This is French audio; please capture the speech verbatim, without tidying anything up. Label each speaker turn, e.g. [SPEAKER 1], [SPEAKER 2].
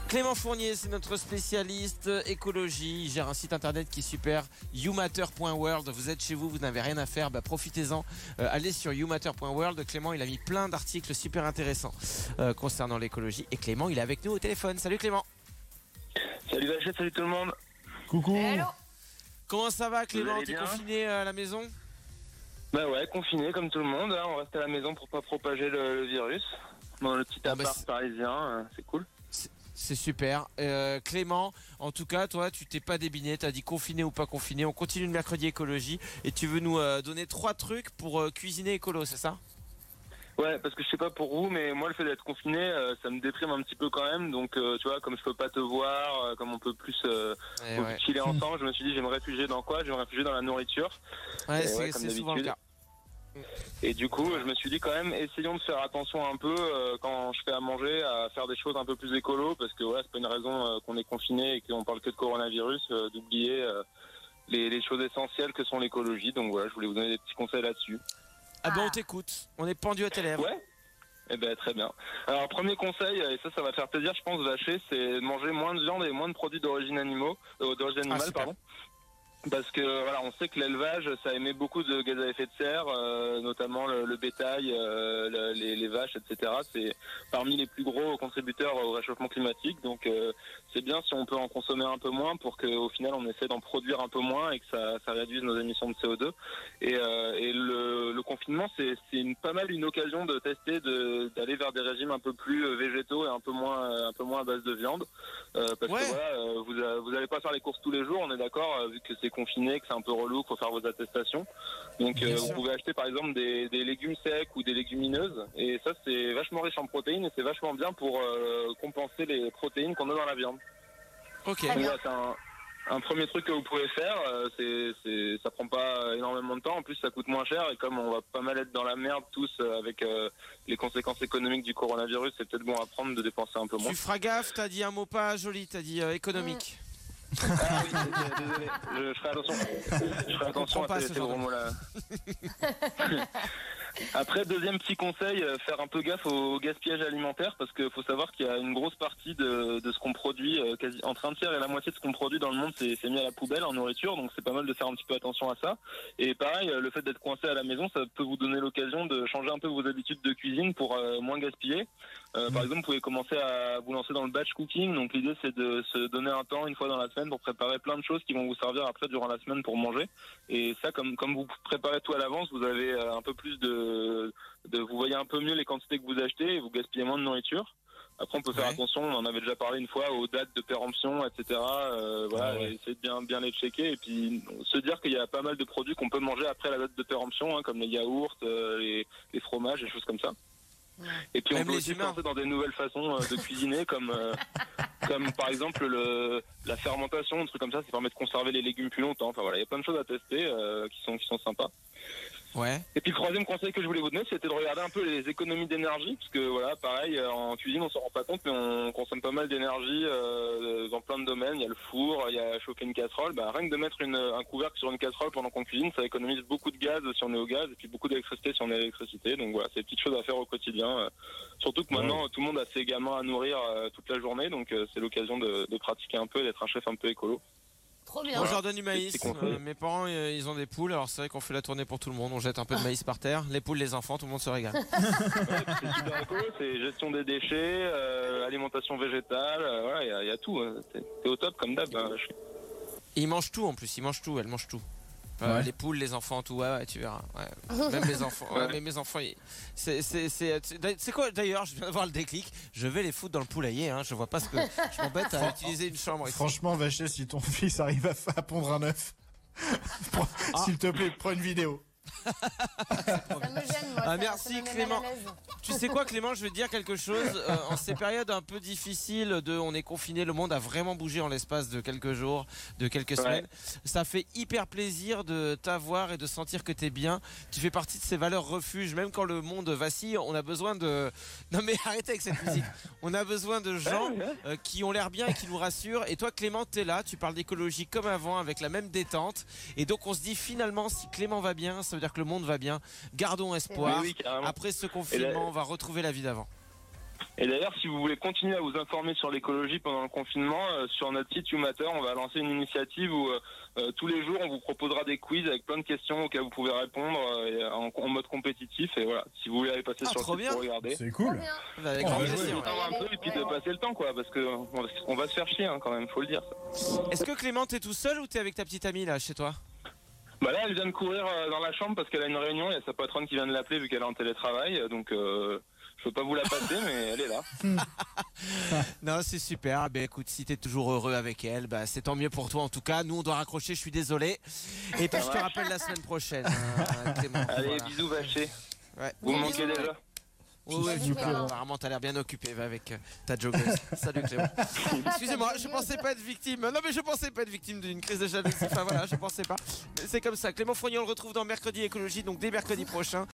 [SPEAKER 1] Clément Fournier, c'est notre spécialiste écologie. Il gère un site internet qui est super, you matter point world. Vous êtes chez vous, vous n'avez rien à faire, bah profitez-en. Euh, allez sur you matter point world. Clément, il a mis plein d'articles super intéressants euh, concernant l'écologie. Et Clément, il est avec nous au téléphone. Salut Clément.
[SPEAKER 2] Salut Vachette, salut tout le monde.
[SPEAKER 3] Coucou.
[SPEAKER 4] Hello.
[SPEAKER 1] Comment ça va Clément? T'es
[SPEAKER 2] bien
[SPEAKER 1] confiné à la maison?
[SPEAKER 2] Bah ouais, confiné comme tout le monde, hein. On reste à la maison pour pas propager le, le virus. Dans le petit
[SPEAKER 1] Bon, bah,
[SPEAKER 2] appart
[SPEAKER 1] c'est-
[SPEAKER 2] parisien, euh, c'est cool.
[SPEAKER 1] C'est super. Euh, Clément, en tout cas, toi, tu t'es pas débiné. Tu as dit confiné ou pas confiné. On continue le mercredi écologie. Et tu veux nous euh, donner trois trucs pour euh, cuisiner écolo, c'est ça?
[SPEAKER 2] Ouais, parce que je sais pas pour vous, mais moi le fait d'être confiné, euh, ça me déprime un petit peu quand même. Donc euh, tu vois, comme je peux pas te voir, euh, comme on peut plus euh,
[SPEAKER 1] Eh
[SPEAKER 2] on
[SPEAKER 1] ouais,
[SPEAKER 2] peut chiller ensemble, je me suis dit je vais me réfugier dans quoi? Je vais me réfugier dans la nourriture.
[SPEAKER 1] Ouais,
[SPEAKER 2] Et
[SPEAKER 1] c'est
[SPEAKER 2] ouais, comme
[SPEAKER 1] c'est souvent le
[SPEAKER 2] d'habitude.
[SPEAKER 1] cas.
[SPEAKER 2] Et du coup, je me suis dit quand même, essayons de faire attention un peu euh, quand je fais à manger, à faire des choses un peu plus écolo, parce que ouais, c'est pas une raison euh, qu'on est confiné et qu'on parle que de coronavirus, euh, d'oublier euh, les, les choses essentielles que sont l'écologie. Donc voilà, je voulais vous donner des petits conseils là-dessus.
[SPEAKER 1] Ah ben
[SPEAKER 4] Ah.
[SPEAKER 1] on t'écoute. On est pendu à tes lèvres.
[SPEAKER 2] Ouais. Eh ben très bien. Alors premier conseil, et ça ça va faire plaisir je pense Vacher, c'est de manger moins de viande et moins de produits d'origine animaux, euh, d'origine animale
[SPEAKER 1] super.
[SPEAKER 2] pardon. Parce que voilà, on sait que l'élevage, ça émet beaucoup de gaz à effet de serre, euh, notamment le, le bétail, euh, le- les, les vaches, et cetera. C'est parmi les plus gros contributeurs au réchauffement climatique. Donc euh, c'est bien si on peut en consommer un peu moins pour qu'au final on essaie d'en produire un peu moins et que ça, ça réduise nos émissions de C O deux. Et, euh, et le, le confinement, c'est, c'est une, pas mal une occasion de tester, de, d'aller vers des régimes un peu plus euh, végétaux et un peu moins, un peu moins à base de viande. Euh, parce
[SPEAKER 1] Ouais.
[SPEAKER 2] que voilà, euh, vous, a- vous allez pas faire les courses tous les jours, on est d'accord, euh, vu que c'est confiné, que c'est un peu relou, qu'il faut faire vos attestations. Donc
[SPEAKER 1] Bien
[SPEAKER 2] euh,
[SPEAKER 1] sûr.
[SPEAKER 2] vous pouvez acheter par exemple des, des légumes secs ou des légumineuses, et ça c'est vachement riche en protéines et c'est vachement bien pour euh, compenser les protéines qu'on a dans la viande.
[SPEAKER 1] Ok.
[SPEAKER 4] Très
[SPEAKER 2] Donc
[SPEAKER 4] bien.
[SPEAKER 2] voilà, c'est un, un premier truc que vous pouvez faire, euh, c'est, c'est, ça prend pas énormément de temps, en plus ça coûte moins cher, et comme on va pas mal être dans la merde tous euh, avec euh, les conséquences économiques du coronavirus, c'est peut-être bon à prendre de dépenser un peu moins.
[SPEAKER 1] Tu feras gaffe, t'as dit un mot pas joli, t'as dit euh, économique.
[SPEAKER 2] Ah oui, c'est- désolé, je, je ferai attention. Je ferai attention
[SPEAKER 1] comprends
[SPEAKER 2] à
[SPEAKER 1] pas
[SPEAKER 2] ces,
[SPEAKER 1] ce
[SPEAKER 2] ces
[SPEAKER 1] genre
[SPEAKER 2] gros
[SPEAKER 1] de-
[SPEAKER 2] mots-là. Après, deuxième petit conseil, euh, faire un peu gaffe au gaspillage alimentaire, parce qu'il faut savoir qu'il y a une grosse partie de, de ce qu'on produit, euh, quasi entre un tiers et la moitié de ce qu'on produit dans le monde, c'est, c'est mis à la poubelle en nourriture, donc c'est pas mal de faire un petit peu attention à ça. Et pareil, euh, le fait d'être coincé à la maison, ça peut vous donner l'occasion de changer un peu vos habitudes de cuisine pour euh, moins gaspiller. Euh, Par exemple, vous pouvez commencer à vous lancer dans le batch cooking, donc l'idée c'est de se donner un temps une fois dans la semaine pour préparer plein de choses qui vont vous servir après durant la semaine pour manger. Et ça, comme comme vous préparez tout à l'avance, vous avez euh, un peu plus de, de vous voyez un peu mieux les quantités que vous achetez et vous gaspillez moins de nourriture. Après, on peut faire
[SPEAKER 1] Ouais.
[SPEAKER 2] attention, on en avait déjà parlé une fois, aux dates de péremption, et cetera. Euh, voilà,
[SPEAKER 3] Ah ouais.
[SPEAKER 2] essayer de bien bien les checker et puis se dire qu'il y a pas mal de produits qu'on peut manger après la date de péremption, hein, comme les yaourts, euh, les, les fromages, des choses comme ça. Et puis
[SPEAKER 1] Même
[SPEAKER 2] on peut
[SPEAKER 1] les
[SPEAKER 2] aussi se
[SPEAKER 1] humains.
[SPEAKER 2] lancer dans des nouvelles façons euh, de cuisiner, comme euh, comme par exemple le, la fermentation, un truc comme ça, ça permet de conserver les légumes plus longtemps. Enfin voilà, il y a plein de choses à tester euh, qui sont qui sont sympas.
[SPEAKER 1] Ouais.
[SPEAKER 2] Et puis le troisième conseil que je voulais vous donner, c'était de regarder un peu les économies d'énergie, parce que voilà, pareil, euh, en cuisine, on s'en rend pas compte, mais on consomme pas mal d'énergie euh, dans plein de domaines. Il y a le four, il y a chauffer une casserole. Bah, rien que de mettre une, un couvercle sur une casserole pendant qu'on cuisine, ça économise beaucoup de gaz si on est au gaz, et puis beaucoup d'électricité si on est à l'électricité. Donc voilà, c'est des petites choses à faire au quotidien. euh. Surtout que maintenant, tout le monde a ses gamins à nourrir euh, toute la journée, donc euh, c'est l'occasion de, de pratiquer un peu, d'être un chef un peu écolo.
[SPEAKER 4] Trop bien.
[SPEAKER 1] Moi, je leur donne du maïs.
[SPEAKER 2] Petit conseil.
[SPEAKER 1] Euh, mes parents, euh, ils ont des poules. Alors, c'est vrai qu'on fait la tournée pour tout le monde. On jette un peu de maïs par terre. Les poules, les enfants, tout le monde se régale.
[SPEAKER 2] Ouais, c'est super écolo, c'est gestion des déchets, euh, alimentation végétale, euh, voilà, il y, a- il y a tout. hein. T'es, t'es au top comme d'hab. hein. Je-
[SPEAKER 1] Et ils mangent tout en plus. Ils mangent tout. Elles mangent tout. Euh,
[SPEAKER 3] Ouais.
[SPEAKER 1] Les poules, les enfants, tout. Ouais, ouais, tu verras. Ouais. Même les enfants. Ouais, mais mes enfants, ils- c'est, c'est, c'est, c'est, c'est quoi d'ailleurs? Je viens d'avoir le déclic. Je vais les foutre dans le poulailler. Hein. Je vois pas ce que. Je m'embête à utiliser une chambre. ici.
[SPEAKER 3] Franchement, Vacher, si ton fils arrive à, f- à pondre un œuf, prends-
[SPEAKER 1] Ah.
[SPEAKER 3] s'il te plaît, prends une vidéo.
[SPEAKER 4] Ça me gêne, moi.
[SPEAKER 1] Ah,
[SPEAKER 4] ça-
[SPEAKER 1] merci,
[SPEAKER 4] ça me met mal
[SPEAKER 1] Clément.
[SPEAKER 4] à l'aise.
[SPEAKER 1] Tu sais quoi, Clément, je vais te dire quelque chose. Euh, en ces périodes un peu difficiles de, on est confiné, le monde a vraiment bougé en l'espace de quelques jours, de quelques
[SPEAKER 2] Ouais.
[SPEAKER 1] semaines. Ça fait hyper plaisir de t'avoir et de sentir que t'es bien. Tu fais partie de ces valeurs refuges, même quand le monde vacille. On a besoin de. Non mais arrêtez avec cette musique. On a besoin de gens
[SPEAKER 2] Ouais, ouais.
[SPEAKER 1] euh, qui ont l'air bien et qui nous rassurent. Et toi, Clément, t'es là. Tu parles d'écologie comme avant, avec la même détente. Et donc, on se dit finalement, si Clément va bien, ça veut dire que le monde va bien. Gardons espoir.
[SPEAKER 2] Oui, oui, carrément.
[SPEAKER 1] Après ce confinement, on va retrouver la vie d'avant.
[SPEAKER 2] Et d'ailleurs, si vous voulez continuer à vous informer sur l'écologie pendant le confinement, euh, sur notre site YouMatter, on va lancer une initiative où euh, euh, tous les jours, on vous proposera des quiz avec plein de questions auxquelles vous pouvez répondre euh, en, en mode compétitif. Et voilà, si vous voulez aller passer
[SPEAKER 1] Ah,
[SPEAKER 2] sur
[SPEAKER 1] trop
[SPEAKER 2] le site
[SPEAKER 1] bien.
[SPEAKER 2] pour regarder.
[SPEAKER 3] C'est
[SPEAKER 4] Trop
[SPEAKER 3] cool.
[SPEAKER 4] bien.
[SPEAKER 1] Bah, avec
[SPEAKER 3] On
[SPEAKER 1] grand
[SPEAKER 3] va
[SPEAKER 1] plaisir.
[SPEAKER 3] jouer.
[SPEAKER 1] ouais.
[SPEAKER 2] Attendre un peu et puis de passer le temps, quoi, parce que on va, on va se faire chier hein, quand même, faut le dire.
[SPEAKER 1] Est-ce que Clément, t'es tout seul ou t'es avec ta petite amie là chez toi?
[SPEAKER 2] Bah là, elle vient de courir euh, dans la chambre parce qu'elle a une réunion. Il y a sa patronne qui vient de l'appeler vu qu'elle est en télétravail. Donc, euh, je peux pas vous la passer, mais elle est là.
[SPEAKER 1] Non, c'est super. Ben écoute, si t'es toujours heureux avec elle, bah, c'est tant mieux pour toi en tout cas. Nous, on doit raccrocher, je suis désolé. Et puis, je te rappelle la semaine prochaine, hein, Clément.
[SPEAKER 2] Allez,
[SPEAKER 1] Voilà.
[SPEAKER 2] bisous, vachés.
[SPEAKER 1] Ouais.
[SPEAKER 2] Vous me
[SPEAKER 4] Bisous.
[SPEAKER 2] manquez déjà.
[SPEAKER 1] Oui, oui,
[SPEAKER 4] Salut,
[SPEAKER 1] super.
[SPEAKER 4] Clément.
[SPEAKER 1] Apparemment, t'as l'air bien occupé avec euh, ta joggeuse. Salut Clément. Excusez-moi, je pensais pas être victime. Non, mais je pensais pas être victime d'une crise de jalousie. Enfin voilà, je pensais pas. C'est comme ça. Clément Fournier, on le retrouve dans Mercredi Écologie, donc dès mercredi prochain.